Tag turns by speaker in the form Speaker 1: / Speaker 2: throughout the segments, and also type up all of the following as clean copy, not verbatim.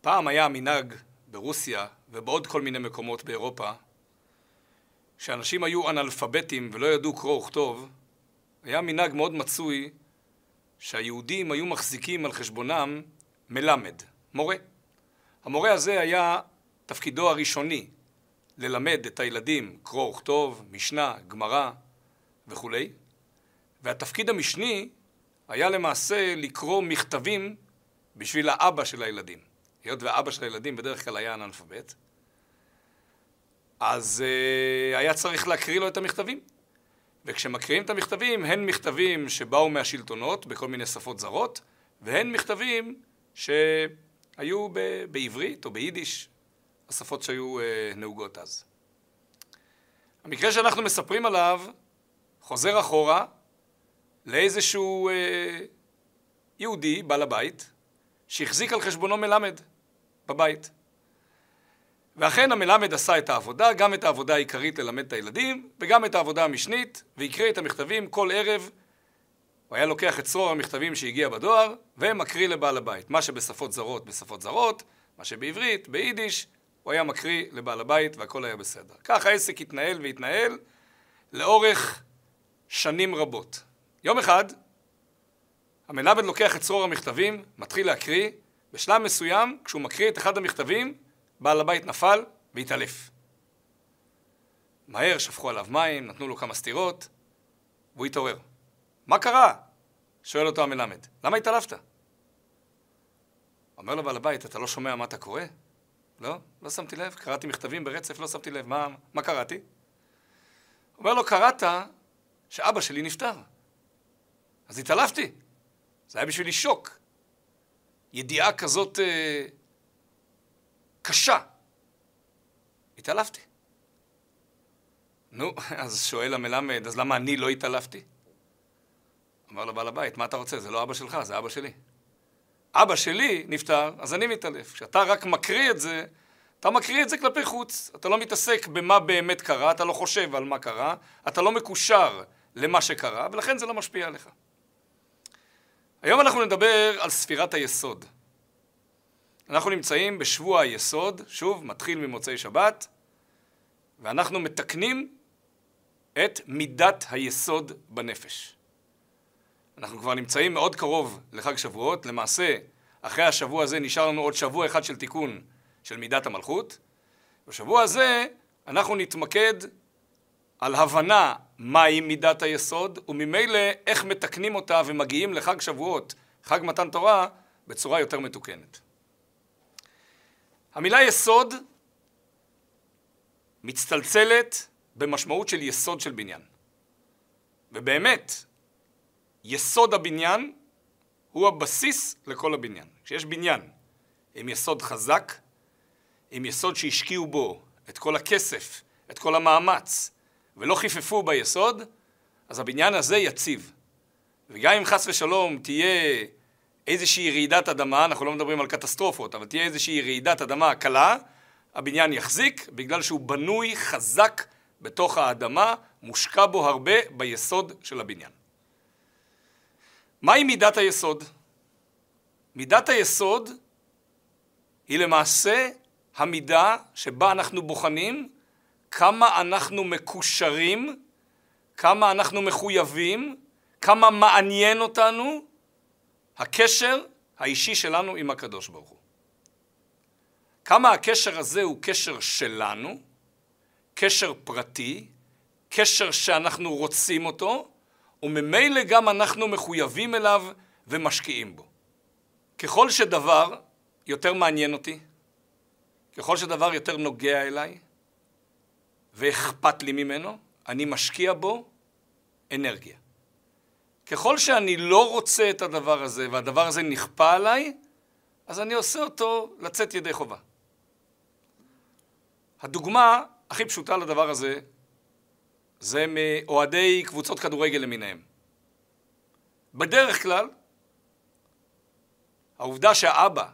Speaker 1: פעם היה מנהג ברוסיה ובעוד כל מיני מקומות באירופה, שאנשים היו אנאלפביתים ולא ידעו קרוא וכתוב, היה מנהג מאוד מצוי שהיהודים היו מחזיקים על חשבונם מלמד, מורה. המורה הזה היה תפקידו הראשוני ללמד את הילדים קרוא וכתוב, משנה, גמרא וכו'. והתפקיד המשני היה למעשה לקרוא מכתבים בשביל האבא של הילדים. היות והאבא של הילדים בדרך כלל היה אנאלפבית, אז היה צריך להקריא לו את המכתבים. וכשמקריאים את המכתבים, הן מכתבים שבאו מהשלטונות בכל מיני שפות זרות, והן מכתבים שהיו בעברית או ביידיש, השפות שהיו נהוגות אז. המקרה שאנחנו מספרים עליו חוזר אחורה לאיזשהו יהודי, בעל הבית, שהחזיק על חשבונו מלמד בבית. ואכן המלמד עשה את העבודה, גם את העבודה העיקרית ללמד את הילדים, וגם את העבודה המשנית, ויקריא את המכתבים כל ערב. הוא היה לוקח את צרור המכתבים שהגיע בדואר, ומקריא לבעל הבית. מה שבשפות זרות, בשפות זרות, מה שבעברית, ביידיש, הוא היה מקריא לבעל הבית, והכל היה בסדר. כך העסק התנהל והתנהל לאורך שנים רבות. יום אחד, המלמד לוקח את צרור המכתבים, מתחיל להקריא, בשלב מסוים, כשהוא מקריא את אחד המכתבים, בעל הבית נפל והתעלף. מהר שפכו עליו מים, נתנו לו כמה סטירות, והוא התעורר. מה קרה? שואל אותו המלמד. למה התעלפת? אומר לו בעל הבית, אתה לא שומע מה אתה קורא? לא שמתי לב, קראתי מכתבים ברצף, לא שמתי לב, מה קראתי? אומר לו, קראת שאבא שלי נפטר. אז התעלפתי. זה היה בשבילי שוק. ידיעה כזאת קשה. התעלפתי. נו, אז שואל המלמד, אז למה אני לא התעלפתי? אמר לו בעל הבית, מה אתה רוצה? זה לא אבא שלך, זה אבא שלי. אבא שלי נפטר, אז אני מתעלף. כשאתה רק מקריא את זה, אתה מקריא את זה כלפי חוץ. אתה לא מתעסק במה באמת קרה, אתה לא חושב על מה קרה, אתה לא מקושר למה שקרה, ולכן זה לא משפיע עליך. היום אנחנו נדבר על ספירת היסוד. אנחנו נמצאים בשבוע היסוד, שוב, מתחיל ממוצאי שבת, ואנחנו מתקנים את מידת היסוד בנפש. אנחנו כבר נמצאים מאוד קרוב לחג שבועות, למעשה, אחרי השבוע הזה נשאר לנו עוד שבוע אחד של תיקון של מידת המלכות. בשבוע הזה אנחנו נתמקד על הבנה מהי מידת היסוד, וממילא איך מתקנים אותה ומגיעים לחג שבועות, חג מתן תורה, בצורה יותר מתוקנת. המילה יסוד מצטלצלת במשמעות של יסוד של בניין. ובאמת, יסוד הבניין הוא הבסיס לכל הבניין. כשיש בניין עם יסוד חזק, עם יסוד שהשקיעו בו את כל הכסף, את כל המאמץ, ולא חיפפו ביסוד, אז הבניין הזה יציב. וגם אם חס ושלום תהיה איזושהי רעידת אדמה, אנחנו לא מדברים על קטסטרופות, אבל תהיה איזושהי רעידת אדמה קלה, הבניין יחזיק בגלל שהוא בנוי חזק בתוך האדמה, מושקע בו הרבה ביסוד של הבניין. מהי מידת היסוד? מידת היסוד היא למעשה המידה שבה אנחנו בוחנים כמה אנחנו מקושרים, כמה אנחנו מחויבים, כמה מעניין אותנו הקשר האישי שלנו עם הקדוש ברוך הוא. כמה הקשר הזה הוא קשר שלנו, קשר פרטי, קשר שאנחנו רוצים אותו, וממילא גם אנחנו מחויבים אליו ומשקיעים בו. ככל שדבר יותר מעניין אותי, ככל שדבר יותר נוגע אליי, ואכפת לי ממנו, אני משקיע בו אנרגיה. ככל שאני לא רוצה את הדבר הזה, והדבר הזה נכפה עליי, אז אני עושה אותו לצאת ידי חובה. הדוגמה הכי פשוטה לדבר הזה, זה מאוהדי קבוצות כדורגל למיניהם. בדרך כלל, העובדה שהאבא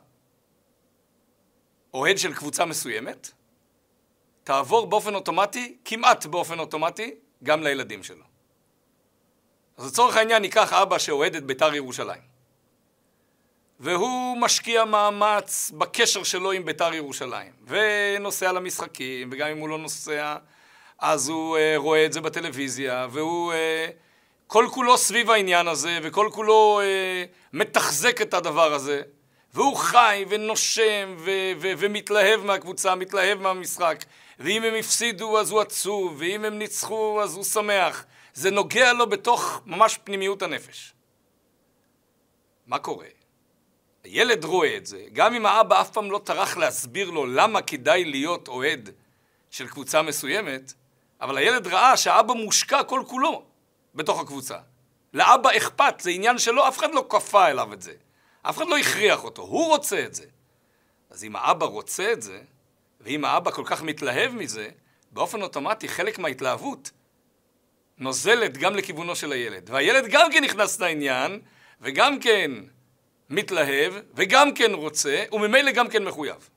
Speaker 1: אוהד של קבוצה מסוימת, תעבור באופן אוטומטי, כמעט באופן אוטומטי, גם לילדים שלו. אז לצורך העניין ניקח אבא שאוהד את בית"ר ירושלים. והוא משקיע מאמץ בקשר שלו עם בית"ר ירושלים, ונוסע למשחקים, וגם אם הוא לא נוסע, אז הוא רואה את זה בטלוויזיה, והוא כל כולו סביב העניין הזה, וכל כולו מתחזק את הדבר הזה, והוא חי ונושם ומתלהב מהקבוצה, מתלהב מהמשחק, ואם הם הפסידו אז הוא עצוב, ואם הם ניצחו אז הוא שמח. זה נוגע לו בתוך ממש פנימיות הנפש. מה קורה? הילד רואה את זה, גם אם האבא אף פעם לא טרח להסביר לו למה כדאי להיות אוהד של קבוצה מסוימת, אבל הילד ראה שהאבא מושקע כל כולו בתוך הקבוצה. לאבא אכפת, זה עניין שלו, אף אחד לא כפה אליו את זה. אף אחד לא הכריח אותו, הוא רוצה את זה. אז אם האבא רוצה את זה, ואם האבא כל כך מתלהב מזה, באופן אוטומטי חלק מההתלהבות נוזלת גם לכיוונו של הילד. והילד גם כן נכנס לעניין, וגם כן מתלהב, וגם כן רוצה, וממילא גם כן מחויב.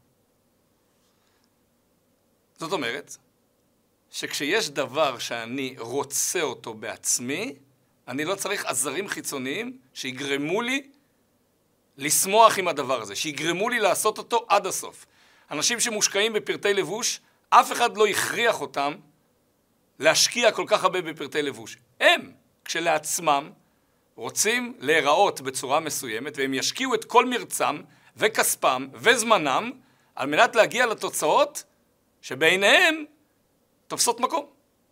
Speaker 1: זאת אומרת, שכשיש דבר שאני רוצה אותו בעצמי, אני לא צריך עזרים חיצוניים שיגרמו לי לשמוח עם הדבר הזה, שיגרמו לי לעשות אותו עד הסוף. אנשים שמושקעים בפרטי לבוש, אף אחד לא הכריח אותם להשקיע כל כך הרבה בפרטי לבוש. הם, כשלעצמם, רוצים להיראות בצורה מסוימת, והם ישקיעו את כל מרצם וכספם וזמנם, על מנת להגיע לתוצאות שבעיניהם תופסות מקום.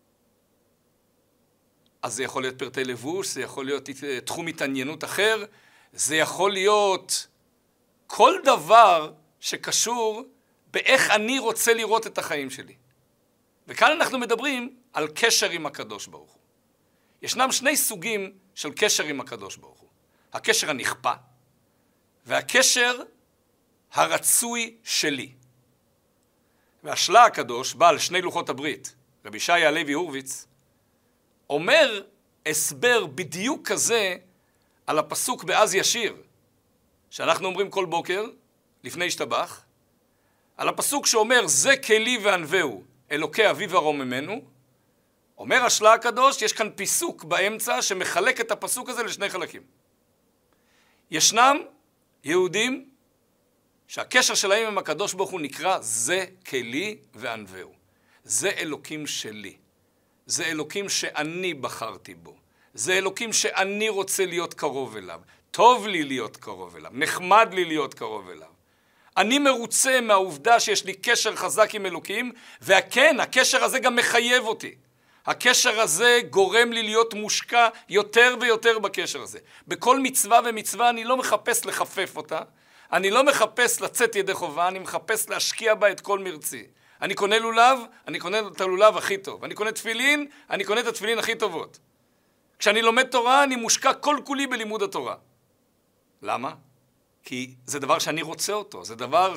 Speaker 1: אז זה יכול להיות פרטי לבוש, זה יכול להיות תחום התעניינות אחר, זה יכול להיות כל דבר שקשור באיך אני רוצה לראות את החיים שלי. וכאן אנחנו מדברים על קשר עם הקדוש ברוך הוא. ישנם שני סוגים של קשר עם הקדוש ברוך הוא. הקשר הנכפה, והקשר הרצוי שלי. והשלה הקדוש, בעל שני לוחות הברית, רבי ישעיה הלוי הורוביץ, אומר הסבר בדיוק כזה על הפסוק באז ישיר, שאנחנו אומרים כל בוקר, לפני השתבח, על הפסוק שאומר, זה כלי וענווהו, אלוקי אביו הרוממנו, אומר השלה הקדוש, יש כאן פיסוק באמצע שמחלק את הפסוק הזה לשני חלקים. ישנם יהודים שהקשר שלהם עם הקדוש ברוך הוא נקרא זה כלי וענווהו. זה אלוקים שלי. זה אלוקים שאני בחרתי בו. זה אלוקים שאני רוצה להיות קרוב אליו. טוב לי להיות קרוב אליו. נחמד לי להיות קרוב אליו. אני מרוצה מהעובדה שיש לי קשר חזק עם אלוקים, וכן, הקשר הזה גם מחייב אותי. הקשר הזה גורם לי להיות מושקע יותר ויותר בקשר הזה. בכל מצווה ומצווה אני לא מחפש לחפף אותה, אני לא מחפש לצאת ידי חובה, אני מחפש להשקיע בה את כל מרצי. אני קונה לולב, אני קונה את הלולב הכי טוב. אני קונה תפילין, אני קונה את התפילין הכי טובות. כשאני לומד תורה, אני מושקע כל כולי בלימוד התורה. למה? כי זה דבר שאני רוצה אותו, זה דבר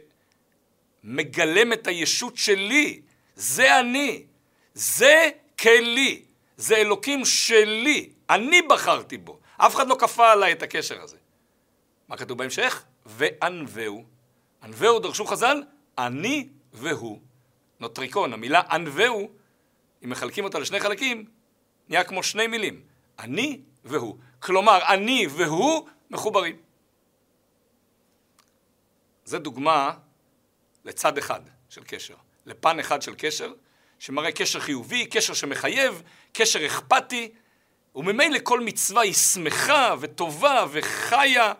Speaker 1: שמגלם את הישות שלי, זה אני, זה כלי, זה אלוקים שלי, אני בחרתי בו, אף אחד לא כפה עליי את הקשר הזה. מה כתוב בהמשך? וענווהו. ענווהו דרשו חז"ל, אני והוא. נוטריקון, המילה ענווהו, אם מחלקים אותה לשני חלקים, נהיה כמו שני מילים, אני והוא. כלומר, אני והוא מחוברים. זה דוגמה לצד אחד של קשר, לפן אחד של קשר, שמראה קשר חיובי, קשר שמחייב, קשר אכפתי, וממילא כל מצווה היא שמחה וטובה וחיה,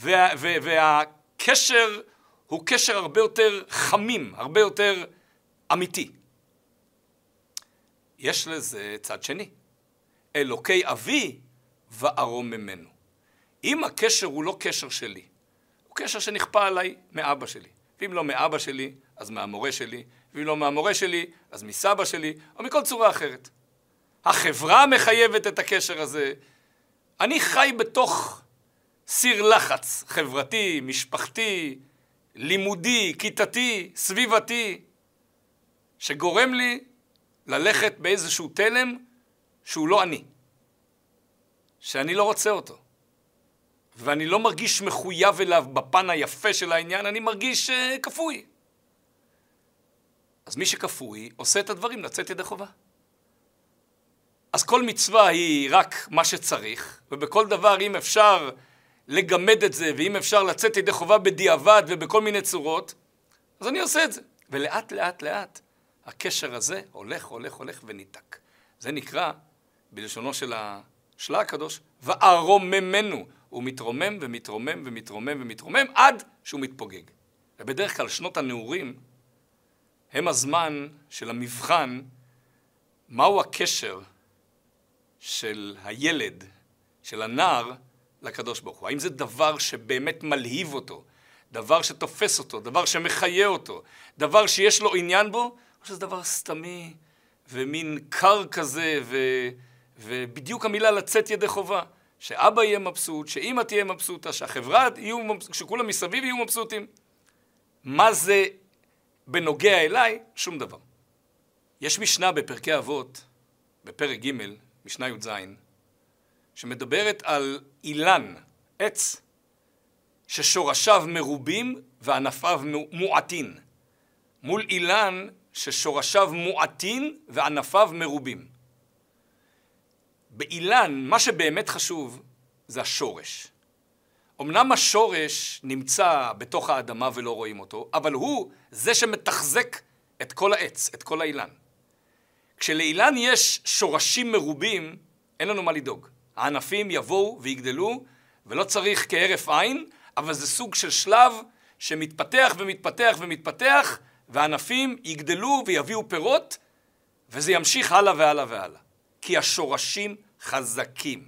Speaker 1: והקשר הוא קשר הרבה יותר חמים, הרבה יותר אמיתי. יש לזה צד שני, אלוקי אבי וארום ממנו. אם הקשר הוא לא קשר שלי, הוא קשר שנכפה עליי מאבא שלי. ואם לא מאבא שלי, אז מהמורה שלי. ואם לא מהמורה שלי, אז מסבא שלי, או מכל צורה אחרת. החברה מחייבת את הקשר הזה. אני חי בתוך סיר לחץ חברתי, משפחתי, לימודי, כיתתי, סביבתי, שגורם לי ללכת באיזשהו תלם שהוא לא אני. שאני לא רוצה אותו. ואני לא מרגיש מחויב אליו בפן היפה של העניין, אני מרגיש כפוי. אז מי שכפוי עושה את הדברים לצאת ידי חובה. אז כל מצווה היא רק מה שצריך, ובכל דבר אם אפשר לגמד את זה, ואם אפשר לצאת ידי חובה בדיעבד ובכל מיני צורות, אז אני עושה את זה. ולאט לאט לאט הקשר הזה הולך וניתק. זה נקרא, בלשונו של השלה הקדוש, וארוממנו. הוא מתרומם ומתרומם ומתרומם ומתרומם עד שהוא מתפוגג. ובדרך כלל שנות הנעורים הם הזמן של המבחן, מהו הקשר של הילד, של הנער, לקדוש ברוך הוא. האם זה דבר שבאמת מלהיב אותו, דבר שתופס אותו, דבר שמחיה אותו, דבר שיש לו עניין בו, או שזה דבר סתמי ומין קר כזה, ובדיוק המילה לצאת ידי חובה. שאבא יהיה מבסוט, שאמא תהיה מבסוטה, שהחברה שכולם מסביב יהיו מבסוטים. מה זה בנוגע אליי? שום דבר. יש משנה בפרקי אבות, בפרק ג', משנה י"ז, שמדברת על אילן, עץ, ששורשיו מרובים וענפיו מועטין. מול אילן ששורשיו מועטין וענפיו מרובים. באילן, מה שבאמת חשוב זה השורש. אמנם השורש נמצא בתוך האדמה ולא רואים אותו, אבל הוא זה שמתחזק את כל העץ, את כל האילן. כשלאילן יש שורשים מרובים, אין לנו מה לדאוג. הענפים יבואו ויגדלו, ולא צריך כהרף עין, אבל זה סוג של שלב שמתפתח ומתפתח ומתפתח, והענפים יגדלו ויביאו פירות, וזה ימשיך הלאה והלאה והלאה. כי השורשים חזקים.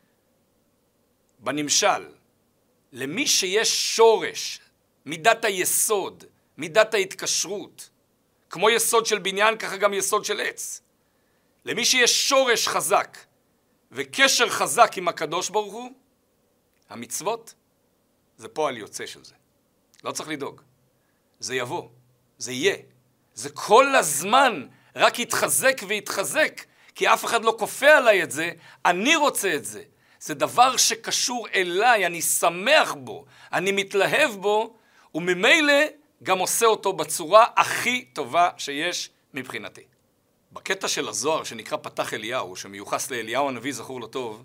Speaker 1: בנמשל, למי שיש שורש, מידת היסוד, מידת ההתקשרות, כמו יסוד של בניין, ככה גם יסוד של עץ. למי שיש שורש חזק וקשר חזק עם הקדוש ברוך הוא, המצוות זה פועל יוצא של זה. לא צריך לדאוג. זה יבוא, זה יהיה. זה כל הזמן רק יתחזק ויתחזק, כי אף אחד לא כופה עליי את זה, אני רוצה את זה. זה דבר שקשור אליי, אני שמח בו, אני מתלהב בו, וממילא גם עושה אותו בצורה הכי טובה שיש מבחינתי. בקטע של הזוהר שנקרא פתח אליהו, שמיוחס לאליהו הנביא זכור לטוב,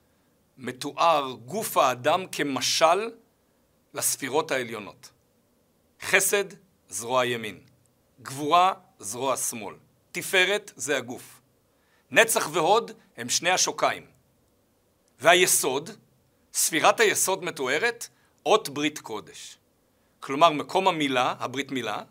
Speaker 1: מתואר גוף האדם כמשל לספירות העליונות. חסד, זרוע ימין. גבורה, זרוע שמאל. תפארת זה הגוף. נצח והוד הם שני השוקיים. והיסוד, ספירת היסוד מתוארת, אות ברית קודש. כלומר, מקום המילה, הברית מילה,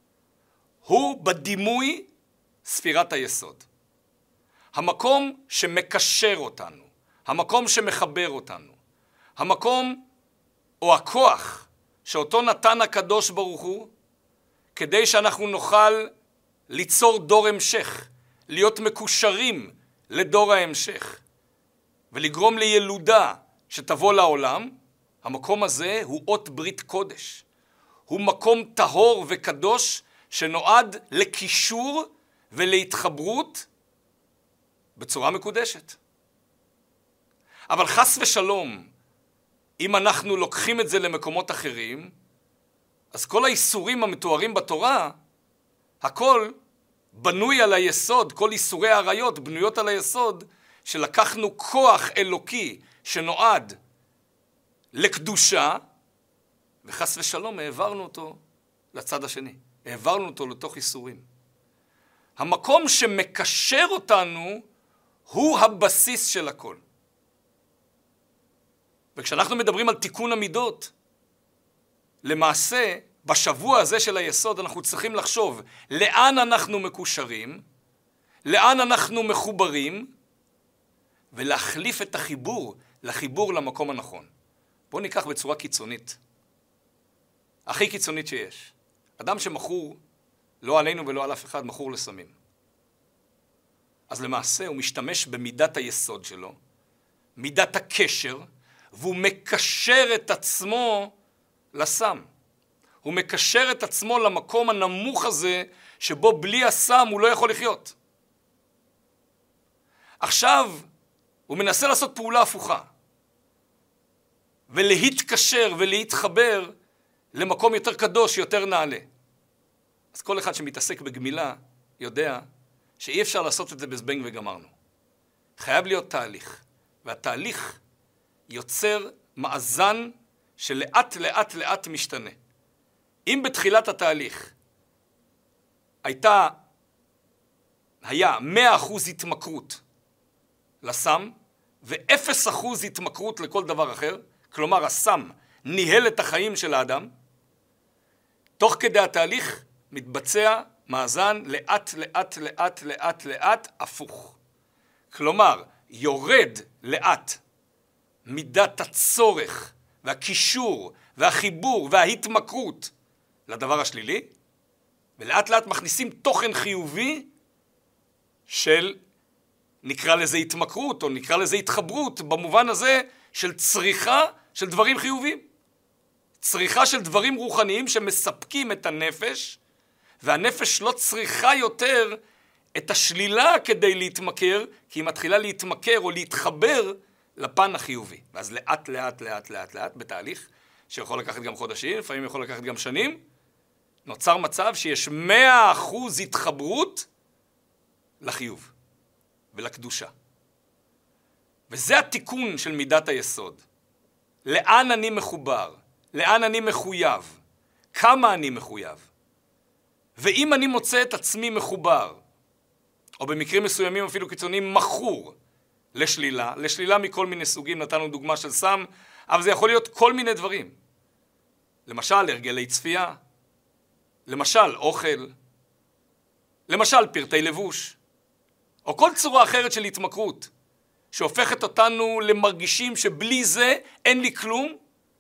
Speaker 1: הוא בדימוי ספירת היסוד. המקום שמקשר אותנו, המקום שמחבר אותנו, המקום או הכוח שאותו נתן הקדוש ברוך הוא, כדי שאנחנו נוכל ליצור דור המשך, להיות מקושרים לדור ההמשך, ולגרום לילודה שתבוא לעולם, המקום הזה הוא אות ברית קודש. הוא מקום טהור וקדוש שנועד לקישור ולהתחברות בצורה מקודשת. אבל חס ושלום, אם אנחנו לוקחים את זה למקומות אחרים, אז כל האיסורים המתוארים בתורה, הכל בנוי על היסוד, כל איסורי העריות בנויות על היסוד, שלקחנו כוח אלוקי שנועד לקדושה, וחס ושלום העברנו אותו לצד השני. העברנו אותו לתוך איסורים. המקום שמקשר אותנו הוא הבסיס של הכל. וכשאנחנו מדברים על תיקון המידות, למעשה, בשבוע הזה של היסוד אנחנו צריכים לחשוב לאן אנחנו מקושרים, לאן אנחנו מחוברים, ולהחליף את החיבור לחיבור למקום הנכון. בואו ניקח בצורה קיצונית. הכי קיצונית שיש. אדם שמכור, לא עלינו ולא על אף אחד, מכור לסמים. אז למעשה הוא משתמש במידת היסוד שלו, מידת הקשר, והוא מקשר את עצמו לסם. הוא מקשר את עצמו למקום הנמוך הזה, שבו בלי הסם הוא לא יכול לחיות. עכשיו הוא מנסה לעשות פעולה הפוכה, ולהתקשר ולהתחבר למקום יותר קדוש, יותר נעלה. אז כל אחד שמתעסק בגמילה יודע שאי אפשר לעשות את זה בזבנג וגמרנו. חייב להיות תהליך, והתהליך יוצר מאזן שלאט לאט לאט משתנה. אם בתחילת התהליך היה 100% התמכרות לסם ו0% התמכרות לכל דבר אחר, כלומר הסם ניהל את החיים של האדם, תוך כדי התהליך מתבצע מאזן לאט לאט לאט לאט לאט הפוך. כלומר, יורד לאט מידת הצורך והקישור והחיבור וההתמכרות לדבר השלילי, ולאט לאט מכניסים תוכן חיובי של, נקרא לזה התמכרות או נקרא לזה התחברות, במובן הזה של צריכה של דברים חיוביים. צריכה של דברים רוחניים שמספקים את הנפש, והנפש לא צריכה יותר את השלילה כדי להתמכר, כי היא מתחילה להתמכר או להתחבר לפן החיובי. ואז לאט לאט לאט לאט לאט בתהליך שיכול לקחת גם חודשים, לפעמים יכול לקחת גם שנים, נוצר מצב שיש 100% התחברות לחיוב ולקדושה. וזה התיקון של מידת היסוד. לאן אני מחובר? לאן אני מחויב? כמה אני מחויב? ואם אני מוצא את עצמי מחובר, או במקרים מסוימים אפילו קיצוניים מכור לשלילה מכל מיני סוגים, נתנו דוגמה של סם, אבל זה יכול להיות כל מיני דברים. למשל, הרגלי צפייה, למשל, אוכל, למשל, פרטי לבוש, או כל צורה אחרת של התמכרות, שהופכת אותנו למרגישים שבלי זה אין לי כלום.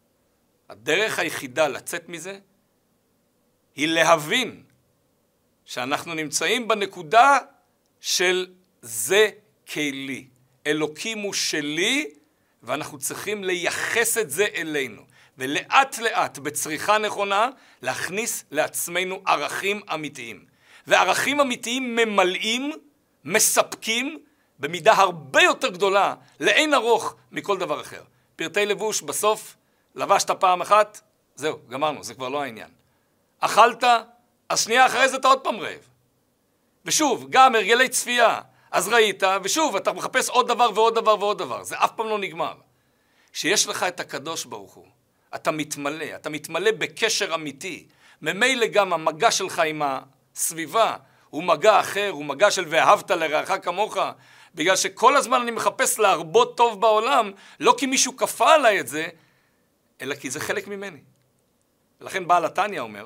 Speaker 1: הדרך היחידה לצאת מזה היא להבין שאנחנו נמצאים בנקודה של זה כלי. אלוקים הוא שלי, ואנחנו צריכים לייחס את זה אלינו. ולאט לאט, בצריכה נכונה, להכניס לעצמנו ערכים אמיתיים. וערכים אמיתיים ממלאים, מספקים, במידה הרבה יותר גדולה, לאין ארוך מכל דבר אחר. פרטי לבוש, בסוף, לבשת פעם אחת, זהו, גמרנו, זה כבר לא העניין. אכלת, אז שנייה אחרי זה אתה עוד פעם רעב. ושוב, גם הרגלי צפייה, אז ראית, ושוב, אתה מחפש עוד דבר ועוד דבר ועוד דבר. זה אף פעם לא נגמר. כשיש לך את הקדוש ברוך הוא, אתה מתמלא בקשר אמיתי. ממילא גם המגע שלך עם הסביבה הוא מגע אחר, הוא מגע של ואהבת לרעך כמוך, בגלל שכל הזמן אני מחפש להרבות טוב בעולם, לא כי מישהו כפה עליי את זה, אלא כי זה חלק ממני. ולכן בעל התניא אומר,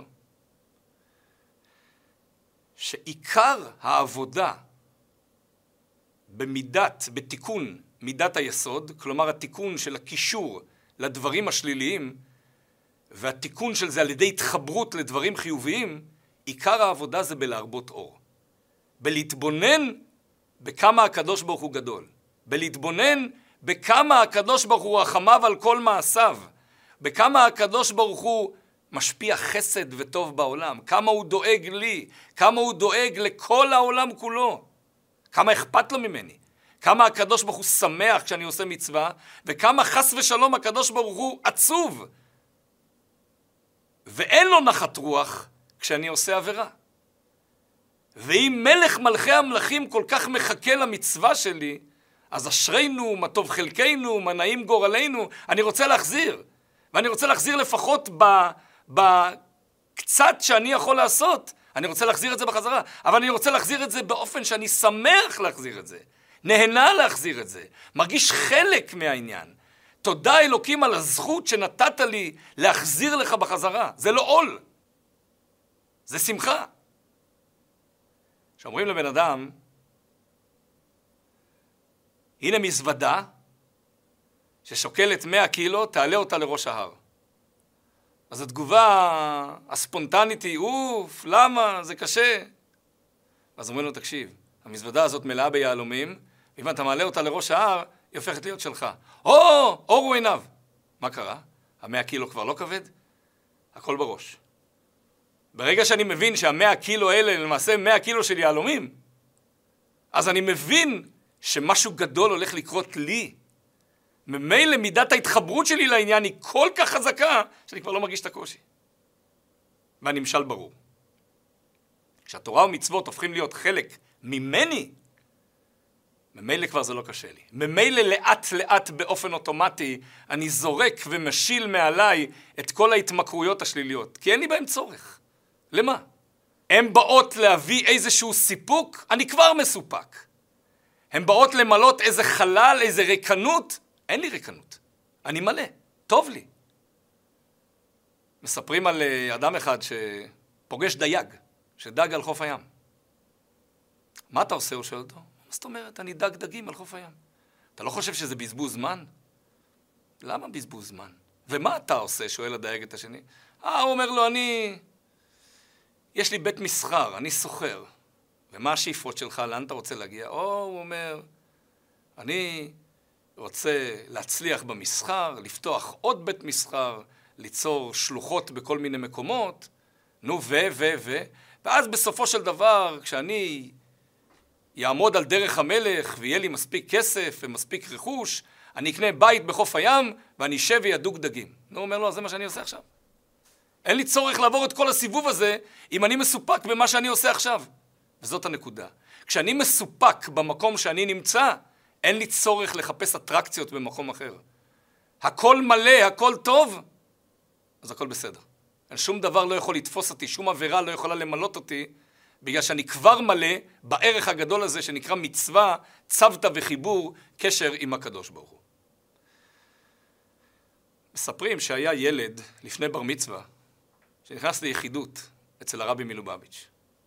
Speaker 1: שעיקר העבודה בתיקון מידת היסוד, כלומר התיקון של הקישור לדברים השליליים, והתיקון של זה על ידי התחברות לדברים חיוביים, עיקר העבודה זה בלהרבות אור. בלהתבונן בכמה הקדוש ברוך הוא גדול. בלהתבונן בכמה הקדוש ברוך הוא רחמיו על כל מעשיו. בכמה הקדוש ברוך הוא משפיע חסד וטוב בעולם. כמה הוא דואג לי. כמה הוא דואג לכל העולם כולו. כמה אכפת לו ממני. כמה הקדוש ברוך הוא שמח כשאני עושה מצווה. וכמה חס ושלום הקדוש ברוך הוא עצוב. ואין לו נחת רוח כשאני עושה עבירה. ואם מלך מלכי המלכים כל כך מחכה למצווה שלי, אז אשרינו, מה טוב חלקנו, מה נעים גורלנו, אני רוצה להחזיר. ואני רוצה להחזיר לפחות בקצת שאני יכול לעשות. אני רוצה להחזיר את זה בחזרה. אבל אני רוצה להחזיר את זה באופן שאני שמח להחזיר את זה. נהנה להחזיר את זה. מרגיש חלק מהעניין. תודה אלוקים על הזכות שנתת לי להחזיר לך בחזרה. זה לא עול. זה שמחה. שאומרים לבן אדם, הנה מזוודה ששוקלת 100 קילו, תעלה אותה לראש ההר. אז התגובה הספונטנית היא, אוף, למה? זה קשה. אז אומרים לו, תקשיב, המזוודה הזאת מלאה ביהלומים, ואם אתה מעלה אותה לראש ההר, היא הופכת להיות שלך. אורו עיניו. מה קרה? 100 קילו כבר לא כבד? הכל בראש. ברגע שאני מבין שה100 קילו האלה למעשה 100 קילו של יהלומים, אז אני מבין שמשהו גדול הולך לקרות לי. ממילא מידת ההתחברות שלי לעניין היא כל כך חזקה, שאני כבר לא מרגיש את הקושי. והנמשל ברור. כשהתורה ומצוות הופכים להיות חלק ממני, ממילא כבר זה לא קשה לי. ממילא לאט לאט באופן אוטומטי אני זורק ומשיל מעליי את כל ההתמכרויות השליליות. כי אין לי בהם צורך. למה? הן באות להביא איזשהו סיפוק, אני כבר מסופק. הן באות למלות איזה חלל, איזה ריקנות, אין לי ריקנות. אני מלא, טוב לי. מספרים על אדם אחד שפוגש דייג, שדג על חוף הים. מה אתה עושה? הוא שואל אותו. מה זאת אומרת? אני דג דגים על חוף הים. אתה לא חושב שזה בזבוז זמן? למה בזבוז זמן? ומה אתה עושה? שואל הדייג את השני. הוא אומר לו, יש לי בית מסחר, אני סוחר. ומה השאיפות שלך? לאן אתה רוצה להגיע? הוא אומר, אני רוצה להצליח במסחר, לפתוח עוד בית מסחר, ליצור שלוחות בכל מיני מקומות, ואז בסופו של דבר, כשאני יעמוד על דרך המלך ויהיה לי מספיק כסף ומספיק רכוש, אני אקנה בית בחוף הים ואני אשב וידוג דגים. הוא אומר לו, זה מה שאני עושה עכשיו. אין לי צורך לעבור את כל הסיבוב הזה אם אני מסופק במה שאני עושה עכשיו. וזאת הנקודה. כשאני מסופק במקום שאני נמצא, אין לי צורך לחפש אטרקציות במקום אחר. הכל מלא, הכל טוב, אז הכל בסדר. שום דבר לא יכול לתפוס אותי, שום עבירה לא יכולה למלות אותי, בגלל שאני כבר מלא בערך הגדול הזה שנקרא מצווה, צוותא וחיבור, קשר עם הקדוש ברוך הוא. מספרים שהיה ילד לפני בר מצווה, שנכנס ליחידות אצל הרבי מלובביץ'.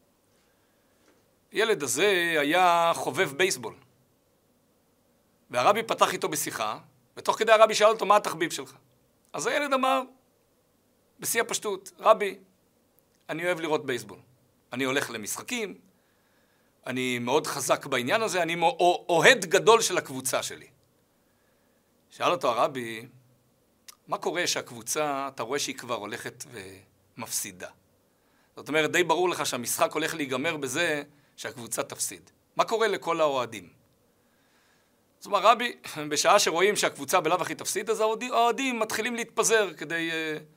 Speaker 1: ילד הזה היה חובב בייסבול. והרבי פתח איתו בשיחה, ותוך כדי הרבי שאל אותו, מה התחביב שלך? אז הילד אמר, בשיא הפשטות, רבי, אני אוהב לראות בייסבול. אני הולך למשחקים, אני מאוד חזק בעניין הזה, אני אוהד גדול של הקבוצה שלי. שאל אותו הרבי, מה קורה שהקבוצה, אתה רואה שהיא כבר הולכת ומפסידה? זאת אומרת, די ברור לך שהמשחק הולך להיגמר בזה שהקבוצה תפסיד. מה קורה לכל האוהדים? זאת אומרת, רבי, בשעה שרואים שהקבוצה בלאו הכי תפסיד, אז האוהדים מתחילים להתפזר כדי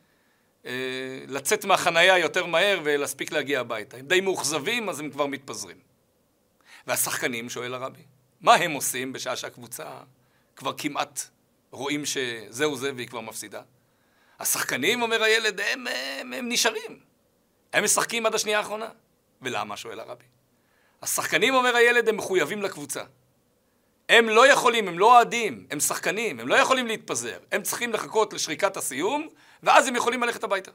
Speaker 1: לצאת מהחנייה יותר מהר ולהספיק להגיע הביתה. הם די מאוכזבים, אז הם כבר מתפזרים. והשחקנים, שואל הרבי, מה הם עושים בשעה שהקבוצה כבר כמעט רואים שזהו זה והיא כבר מפסידה? השחקנים, אומר הילד, הם נשארים. הם משחקים עד השנייה האחרונה. ולמה? שואל הרבי. השחקנים, אומר הילד, הם מחויבים לקבוצה. הם לא יכולים, הם לא אוהדים, הם שחקנים, הם לא יכולים להתפזר. הם צריכים לחכות לשריקת הסיום, ואז הם יכולים ללכת הביתה.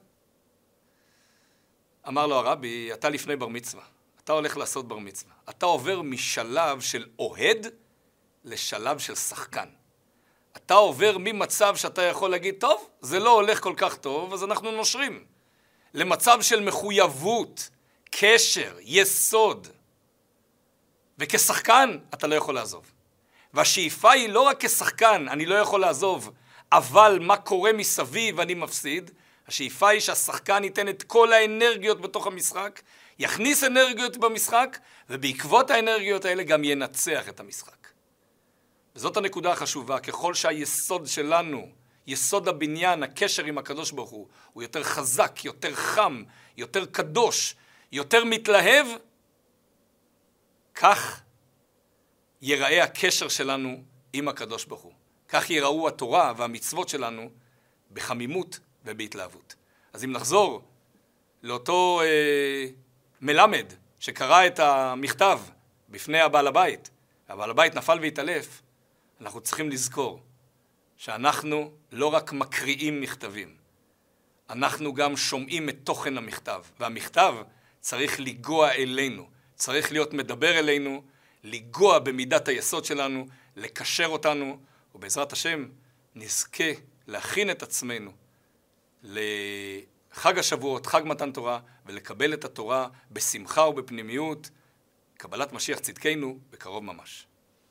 Speaker 1: אמר לו הרבי, אתה לפני בר מצווה. אתה הולך לעשות בר מצווה. אתה עובר משלב של אוהד לשלב של שחקן. אתה עובר ממצב שאתה יכול להגיד, טוב, זה לא הולך כל כך טוב, אז אנחנו נושרים. למצב של מחויבות, קשר, יסוד. וכשחקן אתה לא יכול לעזוב. והשאיפה היא לא רק כשחקן, אני לא יכול לעזוב, אבל מה קורה מסביב אני מפסיד. השאיפה היא שהשחקן ייתן את כל האנרגיות בתוך המשחק, יכניס אנרגיות במשחק, ובעקבות האנרגיות האלה גם ינצח את המשחק. וזאת הנקודה החשובה, ככל שהיסוד שלנו, יסוד הבניין, הקשר עם הקדוש ברוך הוא יותר חזק, יותר חם, יותר קדוש, יותר מתלהב, כך ייראה הקשר שלנו עם הקדוש ברוך הוא. כך ייראו התורה והמצוות שלנו בחמימות ובהתלהבות. אז אם נחזור לאותו מלמד שקרא את המכתב בפני הבעל הבית, הבעל הבית נפל והתעלף, אנחנו צריכים לזכור שאנחנו לא רק מקריאים מכתבים, אנחנו גם שומעים את תוכן המכתב, והמכתב צריך לגוע אלינו, צריך להיות מדבר אלינו, לגוע במידת היסוד שלנו, לקשר אותנו, ובעזרת השם נזכה להכין את עצמנו לחג השבועות, חג מתן תורה, ולקבל את התורה בשמחה ובפנימיות, קבלת משיח צדקנו בקרוב ממש.